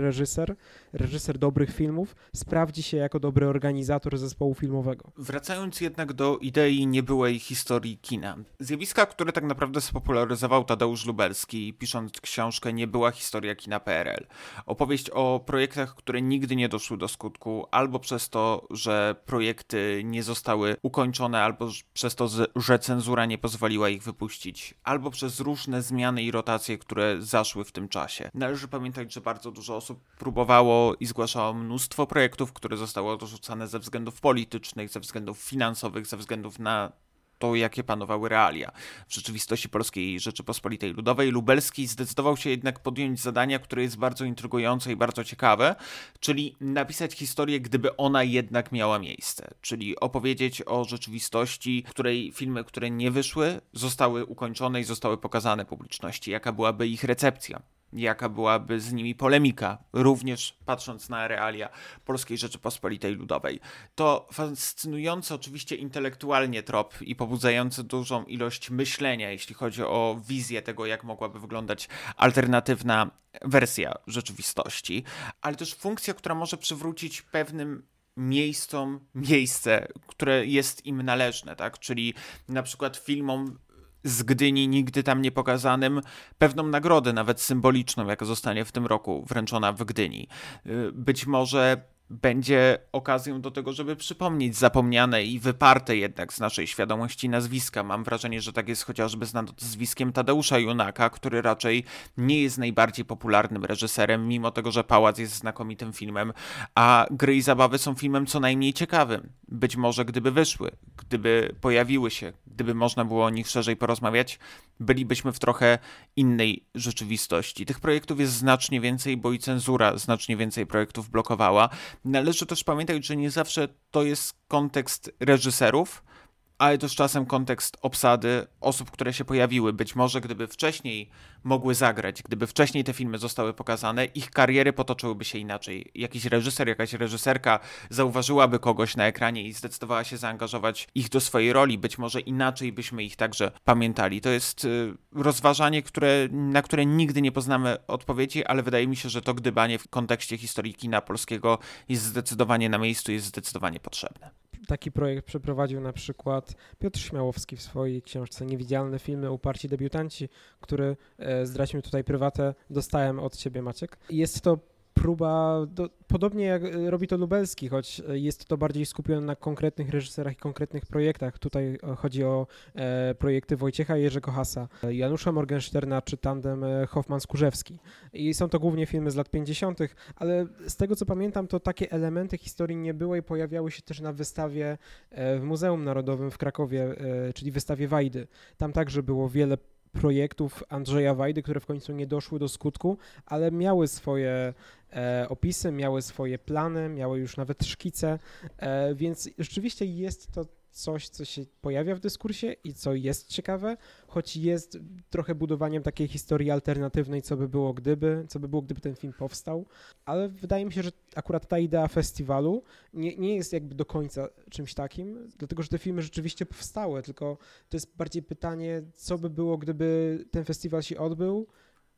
Speaker 2: reżyser dobrych filmów sprawdzi się jako dobry organizator zespołu filmowego.
Speaker 1: Wracając jednak do idei niebyłej historii kina. Zjawiska, które tak naprawdę spopularyzował Tadeusz Lubelski, pisząc książkę Niebyła historia kina PRL. Opowieść o projektach, które nigdy nie doszły do skutku, albo przez to, że projekty nie zostały ukończone, albo przez to, że cenzura nie pozwoliła ich wypuścić, albo przez różne zmiany i rotacje, które zaszły w tym czasie. Należy pamiętać, że bardzo dużo osób próbowało i zgłaszało mnóstwo projektów, które zostały odrzucane ze względów politycznych, ze względów finansowych, ze względów na to, jakie panowały realia w rzeczywistości Polskiej Rzeczypospolitej Ludowej. Lubelski zdecydował się jednak podjąć zadanie, które jest bardzo intrygujące i bardzo ciekawe, czyli napisać historię, gdyby ona jednak miała miejsce. Czyli opowiedzieć o rzeczywistości, której filmy, które nie wyszły, zostały ukończone i zostały pokazane publiczności. Jaka byłaby ich recepcja? Jaka byłaby z nimi polemika, również patrząc na realia Polskiej Rzeczypospolitej Ludowej. To fascynujący oczywiście intelektualnie trop i pobudzający dużą ilość myślenia, jeśli chodzi o wizję tego, jak mogłaby wyglądać alternatywna wersja rzeczywistości, ale też funkcja, która może przywrócić pewnym miejscom miejsce, które jest im należne, tak? Czyli na przykład filmom z Gdyni nigdy tam nie pokazanym pewną nagrodę, nawet symboliczną, jaka zostanie w tym roku wręczona w Gdyni. Być może będzie okazją do tego, żeby przypomnieć zapomniane i wyparte jednak z naszej świadomości nazwiska. Mam wrażenie, że tak jest chociażby z nazwiskiem Tadeusza Junaka, który raczej nie jest najbardziej popularnym reżyserem, mimo tego, że Pałac jest znakomitym filmem, a Gry i zabawy są filmem co najmniej ciekawym. Być może gdyby wyszły, gdyby pojawiły się, gdyby można było o nich szerzej porozmawiać, bylibyśmy w trochę innej rzeczywistości. Tych projektów jest znacznie więcej, bo i cenzura znacznie więcej projektów blokowała. Należy też pamiętać, że nie zawsze to jest kontekst reżyserów, ale też czasem kontekst obsady osób, które się pojawiły. Być może gdyby wcześniej mogły zagrać, gdyby wcześniej te filmy zostały pokazane, ich kariery potoczyłyby się inaczej. Jakiś reżyser, jakaś reżyserka zauważyłaby kogoś na ekranie i zdecydowała się zaangażować ich do swojej roli. Być może inaczej byśmy ich także pamiętali. To jest rozważanie, na które nigdy nie poznamy odpowiedzi, ale wydaje mi się, że to gdybanie w kontekście historii kina polskiego jest zdecydowanie na miejscu, jest zdecydowanie potrzebne.
Speaker 2: Taki projekt przeprowadził na przykład Piotr Śmiałowski w swojej książce Niewidzialne filmy, uparci debiutanci, który, zdradźmy tutaj prywatę, dostałem od ciebie, Maciek. Jest to próba, podobnie jak robi to Lubelski, choć jest to bardziej skupione na konkretnych reżyserach i konkretnych projektach. Tutaj chodzi o projekty Wojciecha i Jerzego Hasa, Janusza Morgensterna czy tandem Hoffman-Skurzewski. I są to głównie filmy z lat 50., ale z tego co pamiętam, to takie elementy historii niebyłej pojawiały się też na wystawie w Muzeum Narodowym w Krakowie, czyli wystawie Wajdy. Tam także było wiele projektów Andrzeja Wajdy, które w końcu nie doszły do skutku, ale miały swoje opisy, miały swoje plany, miały już nawet szkice, więc rzeczywiście jest to coś, co się pojawia w dyskursie i co jest ciekawe, choć jest trochę budowaniem takiej historii alternatywnej, co by było gdyby ten film powstał, ale wydaje mi się, że akurat ta idea festiwalu nie jest jakby do końca czymś takim, dlatego że te filmy rzeczywiście powstały, tylko to jest bardziej pytanie, co by było, gdyby ten festiwal się odbył,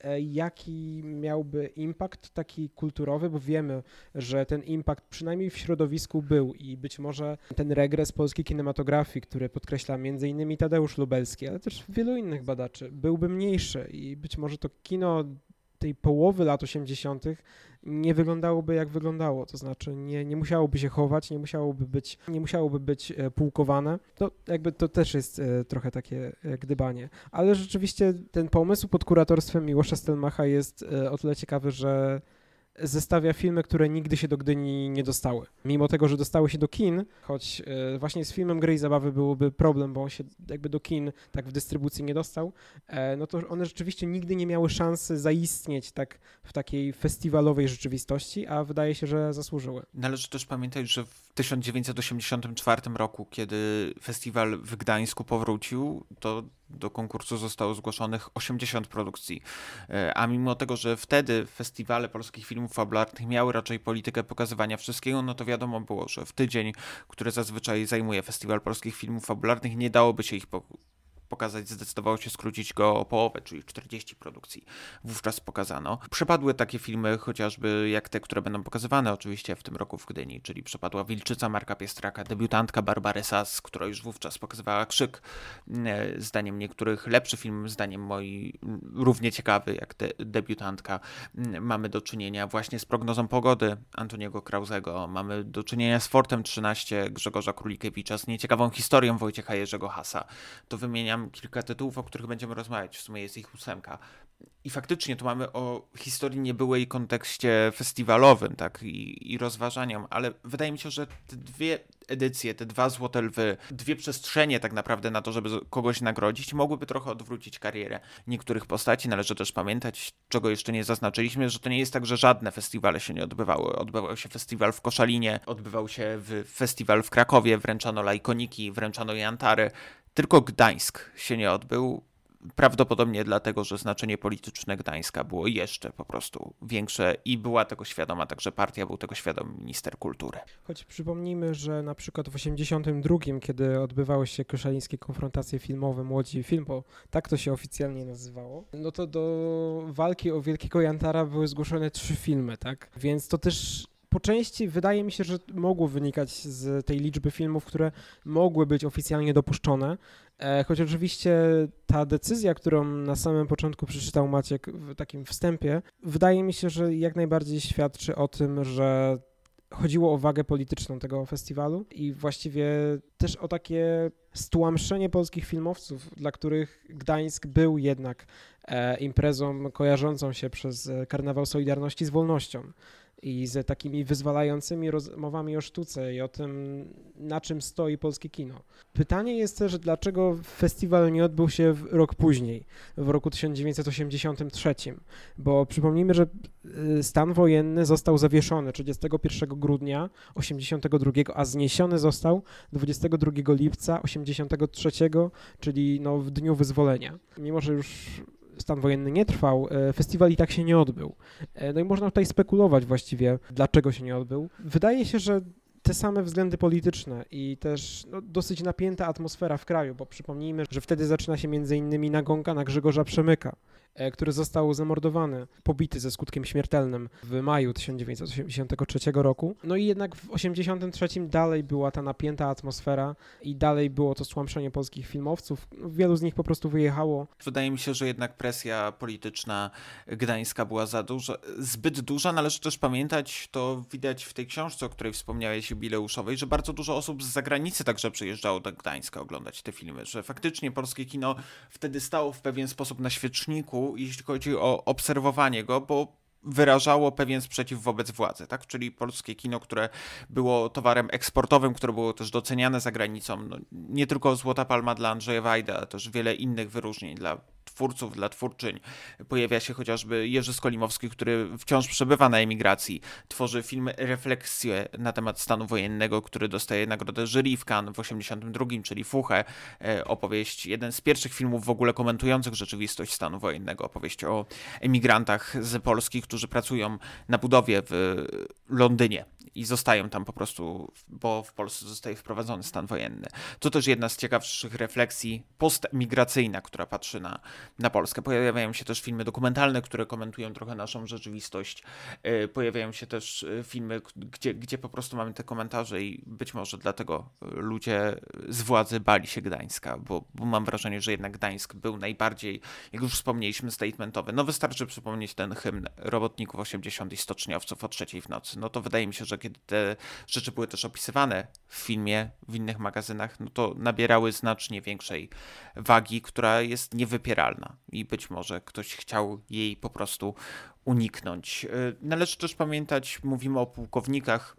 Speaker 2: jaki miałby impact taki kulturowy, bo wiemy, że ten impact przynajmniej w środowisku był i być może ten regres polskiej kinematografii, który podkreśla m.in. Tadeusz Lubelski, ale też wielu innych badaczy, byłby mniejszy i być może to kino tej połowy lat 80. nie wyglądałoby jak wyglądało, to znaczy nie musiałoby się chować, nie musiałoby być pułkowane. To jakby to też jest trochę takie gdybanie. Ale rzeczywiście ten pomysł pod kuratorstwem Miłosza Stelmacha jest o tyle ciekawy, że zestawia filmy, które nigdy się do Gdyni nie dostały. Mimo tego, że dostały się do kin, choć właśnie z filmem Gry i zabawy byłoby problem, bo on się jakby do kin tak w dystrybucji nie dostał, no to one rzeczywiście nigdy nie miały szansy zaistnieć tak w takiej festiwalowej rzeczywistości, a wydaje się, że zasłużyły.
Speaker 1: Należy też pamiętać, że w 1984 roku, kiedy festiwal w Gdańsku powrócił, to Do konkursu zostało zgłoszonych 80 produkcji, a mimo tego, że wtedy festiwale polskich filmów fabularnych miały raczej politykę pokazywania wszystkiego, no to wiadomo było, że w tydzień, który zazwyczaj zajmuje Festiwal Polskich Filmów Fabularnych, nie dałoby się ich pokazać, zdecydowało się skrócić go o połowę, czyli 40 produkcji wówczas pokazano. Przepadły takie filmy chociażby jak te, które będą pokazywane oczywiście w tym roku w Gdyni, czyli przepadła Wilczyca Marka Piestraka, debiutantka Barbary Sass, która już wówczas pokazywała Krzyk, zdaniem niektórych lepszy film, zdaniem moi równie ciekawy jak debiutantka. Mamy do czynienia właśnie z prognozą pogody Antoniego Krauzego, mamy do czynienia z Fortem 13 Grzegorza Królikiewicza, z nieciekawą historią Wojciecha Jerzego Hasa. To wymieniam kilka tytułów, o których będziemy rozmawiać, w sumie jest ich 8. I faktycznie tu mamy o historii niebyłej kontekście festiwalowym, tak, i rozważaniom, ale wydaje mi się, że te dwie edycje, te 2 Złote Lwy, 2 przestrzenie tak naprawdę na to, żeby kogoś nagrodzić, mogłyby trochę odwrócić karierę niektórych postaci. Należy też pamiętać, czego jeszcze nie zaznaczyliśmy, że to nie jest tak, że żadne festiwale się nie odbywały. Odbywał się festiwal w Koszalinie, odbywał się festiwal w Krakowie, wręczano lajkoniki, wręczano jantary. Tylko Gdańsk się nie odbył, prawdopodobnie dlatego, że znaczenie polityczne Gdańska było jeszcze po prostu większe i była tego świadoma także partia, był tego świadomy minister kultury.
Speaker 2: Choć przypomnijmy, że na przykład w 1982, kiedy odbywały się koszalińskie konfrontacje filmowe Młodzi Film, bo tak to się oficjalnie nazywało, no to do walki o Wielkiego Jantara były zgłoszone 3 filmy, tak? Więc to też po części wydaje mi się, że mogło wynikać z tej liczby filmów, które mogły być oficjalnie dopuszczone, choć oczywiście ta decyzja, którą na samym początku przeczytał Maciek w takim wstępie, wydaje mi się, że jak najbardziej świadczy o tym, że chodziło o wagę polityczną tego festiwalu i właściwie też o takie stłamszenie polskich filmowców, dla których Gdańsk był jednak imprezą kojarzącą się przez Karnawał Solidarności z wolnością i z takimi wyzwalającymi rozmowami o sztuce i o tym, na czym stoi polskie kino. Pytanie jest też, dlaczego festiwal nie odbył się rok później, w roku 1983, bo przypomnijmy, że stan wojenny został zawieszony 31 grudnia 1982, a zniesiony został 22 lipca 1983, czyli no w dniu wyzwolenia. Mimo że już stan wojenny nie trwał, festiwal i tak się nie odbył. No i można tutaj spekulować właściwie, dlaczego się nie odbył. Wydaje się, że te same względy polityczne i też dosyć napięta atmosfera w kraju, bo przypomnijmy, że wtedy zaczyna się m.in. nagonka na Grzegorza Przemyka, który został zamordowany, pobity ze skutkiem śmiertelnym w maju 1983 roku. No i jednak w 1983 dalej była ta napięta atmosfera i dalej było to stłamszenie polskich filmowców. Wielu z nich po prostu wyjechało.
Speaker 1: Wydaje mi się, że jednak presja polityczna Gdańska była zbyt duża. Należy też pamiętać, to widać w tej książce, o której wspomniałeś, jubileuszowej, że bardzo dużo osób z zagranicy także przyjeżdżało do Gdańska oglądać te filmy, że faktycznie polskie kino wtedy stało w pewien sposób na świeczniku, jeśli chodzi o obserwowanie go, bo wyrażało pewien sprzeciw wobec władzy, tak? Czyli polskie kino, które było towarem eksportowym, które było też doceniane za granicą. No, nie tylko Złota Palma dla Andrzeja Wajdy, ale też wiele innych wyróżnień dla twórców, dla twórczyń. Pojawia się chociażby Jerzy Skolimowski, który wciąż przebywa na emigracji. Tworzy film Refleksje na temat stanu wojennego, który dostaje nagrodę jury w Cannes w 1982, czyli Fuchę. Opowieść, jeden z pierwszych filmów w ogóle komentujących rzeczywistość stanu wojennego. Opowieść o emigrantach z Polski, którzy pracują na budowie w Londynie i zostają tam po prostu, bo w Polsce zostaje wprowadzony stan wojenny. To też jedna z ciekawszych refleksji postemigracyjna, która patrzy na Polskę. Pojawiają się też filmy dokumentalne, które komentują trochę naszą rzeczywistość. Pojawiają się też filmy, gdzie po prostu mamy te komentarze i być może dlatego ludzie z władzy bali się Gdańska, bo mam wrażenie, że jednak Gdańsk był najbardziej, jak już wspomnieliśmy, statementowy. No wystarczy przypomnieć ten hymn Robotników 80 i Stoczniowców o 3 w nocy. No to wydaje mi się, że kiedy te rzeczy były też opisywane w filmie, w innych magazynach, no to nabierały znacznie większej wagi, która jest niewypieralna i być może ktoś chciał jej po prostu uniknąć. Należy też pamiętać, mówimy o pułkownikach,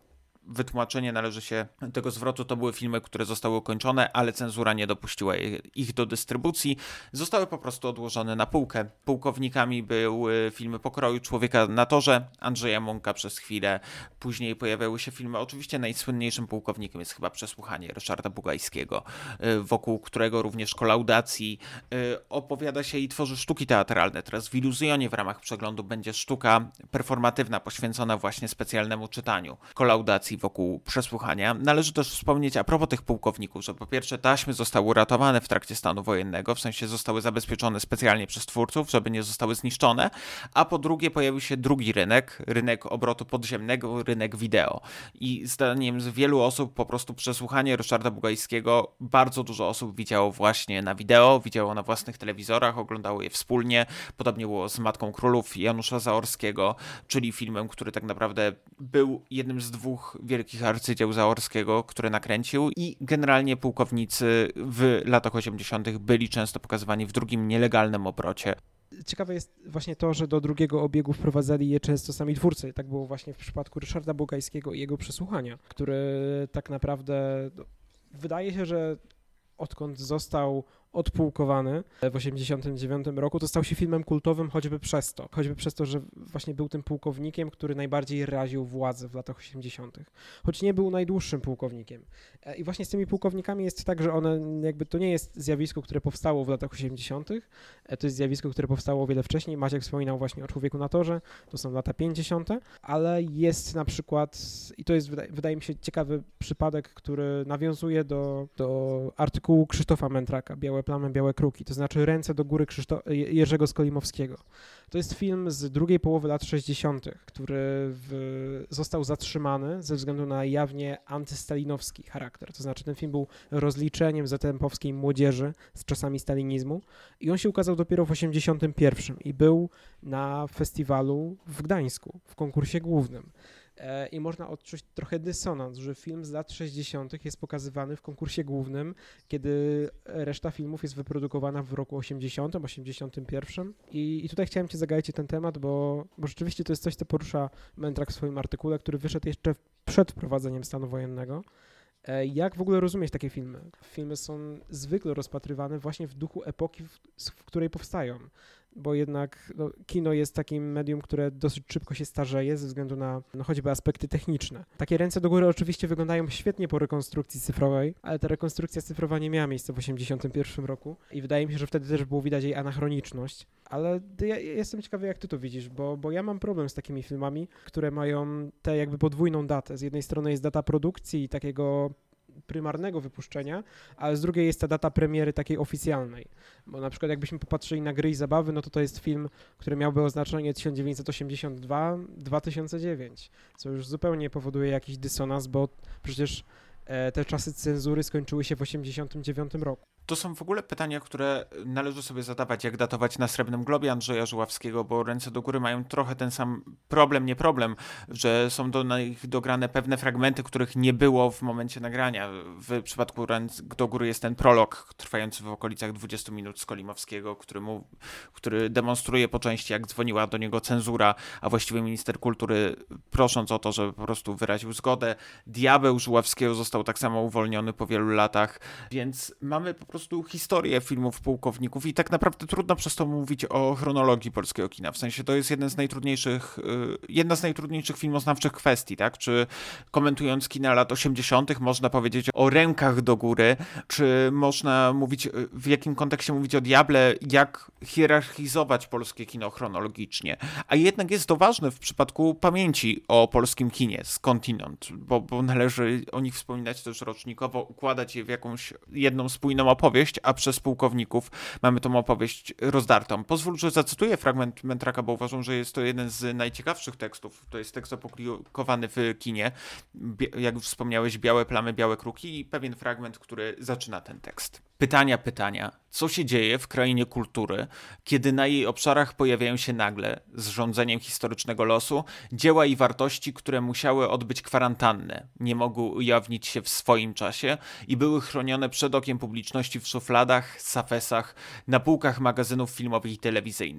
Speaker 1: wytłumaczenie należy się tego zwrotu, to były filmy, które zostały ukończone, ale cenzura nie dopuściła ich do dystrybucji. Zostały po prostu odłożone na półkę. Pułkownikami były filmy pokroju Człowieka na torze Andrzeja Munka przez chwilę. Później pojawiały się filmy, oczywiście najsłynniejszym pułkownikiem jest chyba Przesłuchanie Ryszarda Bugajskiego, wokół którego również kolaudacji opowiada się i tworzy sztuki teatralne. Teraz w Iluzjonie w ramach przeglądu będzie sztuka performatywna poświęcona właśnie specjalnemu czytaniu kolaudacji wokół Przesłuchania. Należy też wspomnieć a propos tych pułkowników, że po pierwsze taśmy zostały uratowane w trakcie stanu wojennego, w sensie zostały zabezpieczone specjalnie przez twórców, żeby nie zostały zniszczone, a po drugie pojawił się drugi rynek obrotu podziemnego, rynek wideo. I zdaniem wielu osób po prostu Przesłuchanie Ryszarda Bugajskiego bardzo dużo osób widziało właśnie na wideo, widziało na własnych telewizorach, oglądało je wspólnie. Podobnie było z Matką Królów Janusza Zaorskiego, czyli filmem, który tak naprawdę był jednym z dwóch wielkich arcydzieł Zaorskiego, które nakręcił i generalnie pułkownicy w latach 80. byli często pokazywani w drugim nielegalnym obrocie.
Speaker 2: Ciekawe jest właśnie to, że do drugiego obiegu wprowadzali je często sami twórcy. Tak było właśnie w przypadku Ryszarda Bugajskiego i jego Przesłuchania, który tak naprawdę wydaje się, że odkąd został odpułkowany w 1989 roku, to stał się filmem kultowym choćby przez to, że właśnie był tym pułkownikiem, który najbardziej raził władzę w latach 80. Choć nie był najdłuższym pułkownikiem. I właśnie z tymi pułkownikami jest tak, że one jakby to nie jest zjawisko, które powstało w latach 80., to jest zjawisko, które powstało o wiele wcześniej. Maciek wspominał właśnie o Człowieku na torze, to są lata 50., ale jest na przykład, i to jest wydaje mi się ciekawy przypadek, który nawiązuje do artykułu Krzysztofa Mędraka, Białe plamy, białe kruki, to znaczy Ręce do góry Jerzego Skolimowskiego. To jest film z drugiej połowy lat 60., który został zatrzymany ze względu na jawnie antystalinowski charakter. To znaczy ten film był rozliczeniem ZMP-owskiej młodzieży z czasami stalinizmu i on się ukazał dopiero w 81. i był na festiwalu w Gdańsku, w konkursie głównym. I można odczuć trochę dysonans, że film z lat 60. jest pokazywany w konkursie głównym, kiedy reszta filmów jest wyprodukowana w roku 80., 81. I tutaj chciałem cię zagaić ten temat, bo rzeczywiście to jest coś, co porusza Mędrak w swoim artykule, który wyszedł jeszcze przed wprowadzeniem stanu wojennego. Jak w ogóle rozumieć takie filmy? Filmy są zwykle rozpatrywane właśnie w duchu epoki, w której powstają, bo jednak kino jest takim medium, które dosyć szybko się starzeje ze względu na choćby aspekty techniczne. Takie Ręce do góry oczywiście wyglądają świetnie po rekonstrukcji cyfrowej, ale ta rekonstrukcja cyfrowa nie miała miejsca w 1981 roku i wydaje mi się, że wtedy też było widać jej anachroniczność. Ale ja jestem ciekawy, jak ty to widzisz, bo ja mam problem z takimi filmami, które mają tę jakby podwójną datę. Z jednej strony jest data produkcji i takiego prymarnego wypuszczenia, ale z drugiej jest ta data premiery takiej oficjalnej. Bo na przykład jakbyśmy popatrzyli na Gry i Zabawy, no to jest film, który miałby oznaczenie 1982-2009, co już zupełnie powoduje jakiś dysonans, bo przecież te czasy cenzury skończyły się w 1989 roku.
Speaker 1: To są w ogóle pytania, które należy sobie zadawać, jak datować na Srebrnym Globie Andrzeja Żuławskiego, bo Ręce do góry mają trochę ten sam nie problem, że są do nich dograne pewne fragmenty, których nie było w momencie nagrania. W przypadku Ręce do góry jest ten prolog trwający w okolicach 20 minut Skolimowskiego, który demonstruje po części, jak dzwoniła do niego cenzura, a właściwie minister kultury, prosząc o to, żeby po prostu wyraził zgodę. Diabeł Żuławskiego został tak samo uwolniony po wielu latach, więc mamy po prostu historię filmów pułkowników i tak naprawdę trudno przez to mówić o chronologii polskiego kina. W sensie to jest jedna z najtrudniejszych filmoznawczych kwestii, tak? Czy komentując kina lat 80. można powiedzieć o Rękach do góry, czy można mówić, w jakim kontekście mówić o Diable, jak hierarchizować polskie kino chronologicznie. A jednak jest to ważne w przypadku pamięci o polskim kinie skądinąd, bo należy o nich wspominać też rocznikowo, układać je w jakąś jedną spójną opowieść, a przez pułkowników mamy tą opowieść rozdartą. Pozwól, że zacytuję fragment Mędraka, bo uważam, że jest to jeden z najciekawszych tekstów. To jest tekst opublikowany w kinie. Jak już wspomniałeś, Białe plamy, białe kruki i pewien fragment, który zaczyna ten tekst. Pytania. Co się dzieje w krainie kultury, kiedy na jej obszarach pojawiają się nagle, z rządzeniem historycznego losu, dzieła i wartości, które musiały odbyć kwarantannę, nie mogły ujawnić się w swoim czasie i były chronione przed okiem publiczności w szufladach, safesach, na półkach magazynów filmowych i telewizyjnych.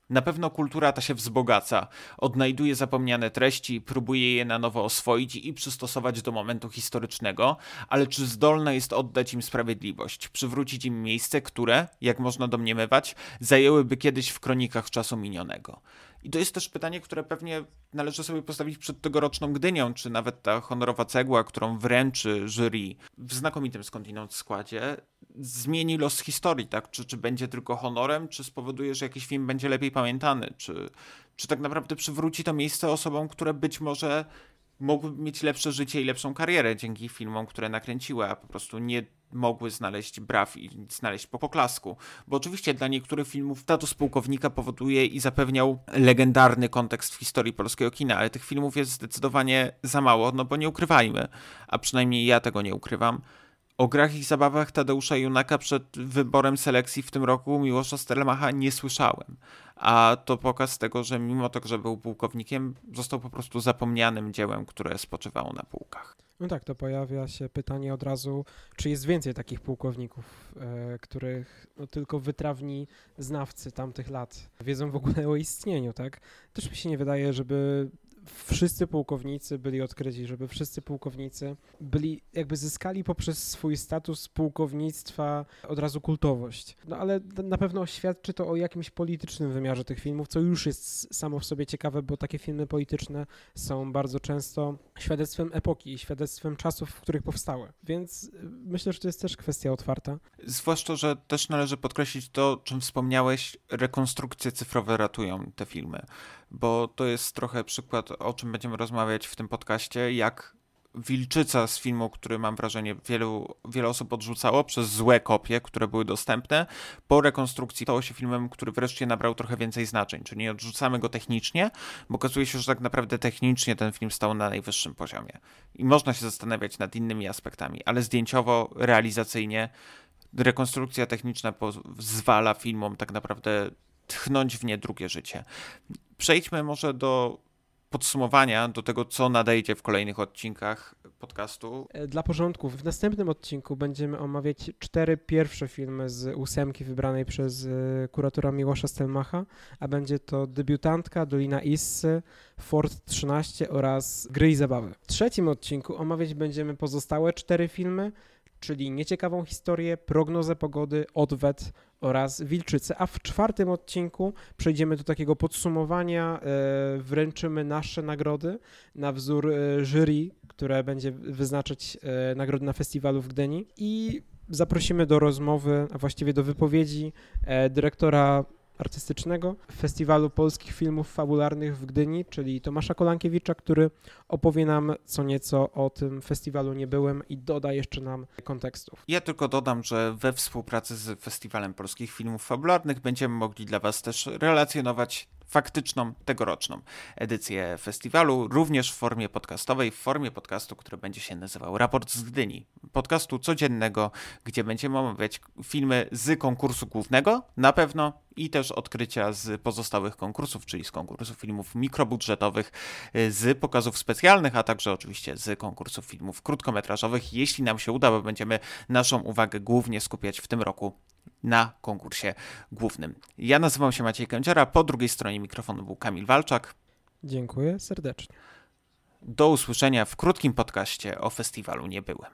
Speaker 1: Na pewno kultura ta się wzbogaca, odnajduje zapomniane treści, próbuje je na nowo oswoić i przystosować do momentu historycznego, ale czy zdolna jest oddać im sprawiedliwość, przywrócić im miejsce, które, jak można domniemywać, zajęłyby kiedyś w kronikach czasu minionego? I to jest też pytanie, które pewnie należy sobie postawić przed tegoroczną Gdynią, czy nawet ta honorowa cegła, którą wręczy jury w znakomitym skądinąd składzie, zmieni los historii, tak? Czy będzie tylko honorem, czy spowoduje, że jakiś film będzie lepiej pamiętany, czy tak naprawdę przywróci to miejsce osobom, które być może mogłyby mieć lepsze życie i lepszą karierę dzięki filmom, które nakręciły, a po prostu nie mogły znaleźć braw i znaleźć poklasku. Bo oczywiście dla niektórych filmów status pułkownika powoduje i zapewniał legendarny kontekst w historii polskiego kina, ale tych filmów jest zdecydowanie za mało, no bo nie ukrywajmy, a przynajmniej ja tego nie ukrywam. O grach i zabawach Tadeusza Junaka przed wyborem selekcji w tym roku Miłosza Stelmacha nie słyszałem. A to pokaz tego, że mimo tego, że był pułkownikiem, został po prostu zapomnianym dziełem, które spoczywało na półkach.
Speaker 2: No tak, to pojawia się pytanie od razu, czy jest więcej takich pułkowników, których tylko wytrawni znawcy tamtych lat wiedzą w ogóle o istnieniu, tak? Też mi się nie wydaje, żeby wszyscy pułkownicy byli odkryci, żeby wszyscy pułkownicy byli, jakby zyskali poprzez swój status pułkownictwa od razu kultowość. No ale na pewno świadczy to o jakimś politycznym wymiarze tych filmów, co już jest samo w sobie ciekawe, bo takie filmy polityczne są bardzo często świadectwem epoki, świadectwem czasów, w których powstały. Więc myślę, że to jest też kwestia otwarta.
Speaker 1: Zwłaszcza, że też należy podkreślić to, o czym wspomniałeś, rekonstrukcje cyfrowe ratują te filmy, bo to jest trochę przykład, o czym będziemy rozmawiać w tym podcaście, jak Wilczyca z filmu, który mam wrażenie wiele osób odrzucało przez złe kopie, które były dostępne, po rekonstrukcji stało się filmem, który wreszcie nabrał trochę więcej znaczeń, czyli nie odrzucamy go technicznie, bo okazuje się, że tak naprawdę technicznie ten film stał na najwyższym poziomie. I można się zastanawiać nad innymi aspektami, ale zdjęciowo, realizacyjnie rekonstrukcja techniczna pozwala filmom tak naprawdę tchnąć w nie drugie życie. Przejdźmy może do podsumowania, do tego, co nadejdzie w kolejnych odcinkach podcastu.
Speaker 2: Dla porządku, w następnym odcinku będziemy omawiać 4 pierwsze filmy z 8 wybranej przez kuratora Miłosza Stelmacha, a będzie to Debiutantka, Dolina Issy, Fort 13 oraz Gry i Zabawy. W trzecim odcinku omawiać będziemy pozostałe 4 filmy, czyli Nieciekawą historię, Prognozę pogody, Odwet oraz Wilczycę. A w czwartym odcinku przejdziemy do takiego podsumowania, wręczymy nasze nagrody na wzór jury, które będzie wyznaczać nagrody na festiwalu w Gdyni i zaprosimy do rozmowy, a właściwie do wypowiedzi dyrektora artystycznego Festiwalu Polskich Filmów Fabularnych w Gdyni, czyli Tomasza Kolankiewicza, który opowie nam co nieco o tym festiwalu niebyłym i doda jeszcze nam kontekstów.
Speaker 1: Ja tylko dodam, że we współpracy z Festiwalem Polskich Filmów Fabularnych będziemy mogli dla Was też relacjonować faktyczną, tegoroczną edycję festiwalu, również w formie podcastowej, w formie podcastu, który będzie się nazywał Raport z Gdyni. Podcastu codziennego, gdzie będziemy omawiać filmy z konkursu głównego, na pewno, i też odkrycia z pozostałych konkursów, czyli z konkursów filmów mikrobudżetowych, z pokazów specjalnych, a także oczywiście z konkursów filmów krótkometrażowych. Jeśli nam się uda, bo będziemy naszą uwagę głównie skupiać w tym roku na konkursie głównym. Ja nazywam się Maciej Kędziora, po drugiej stronie mikrofonu był Kamil Walczak.
Speaker 2: Dziękuję serdecznie.
Speaker 1: Do usłyszenia w krótkim podcaście o festiwalu niebyłym.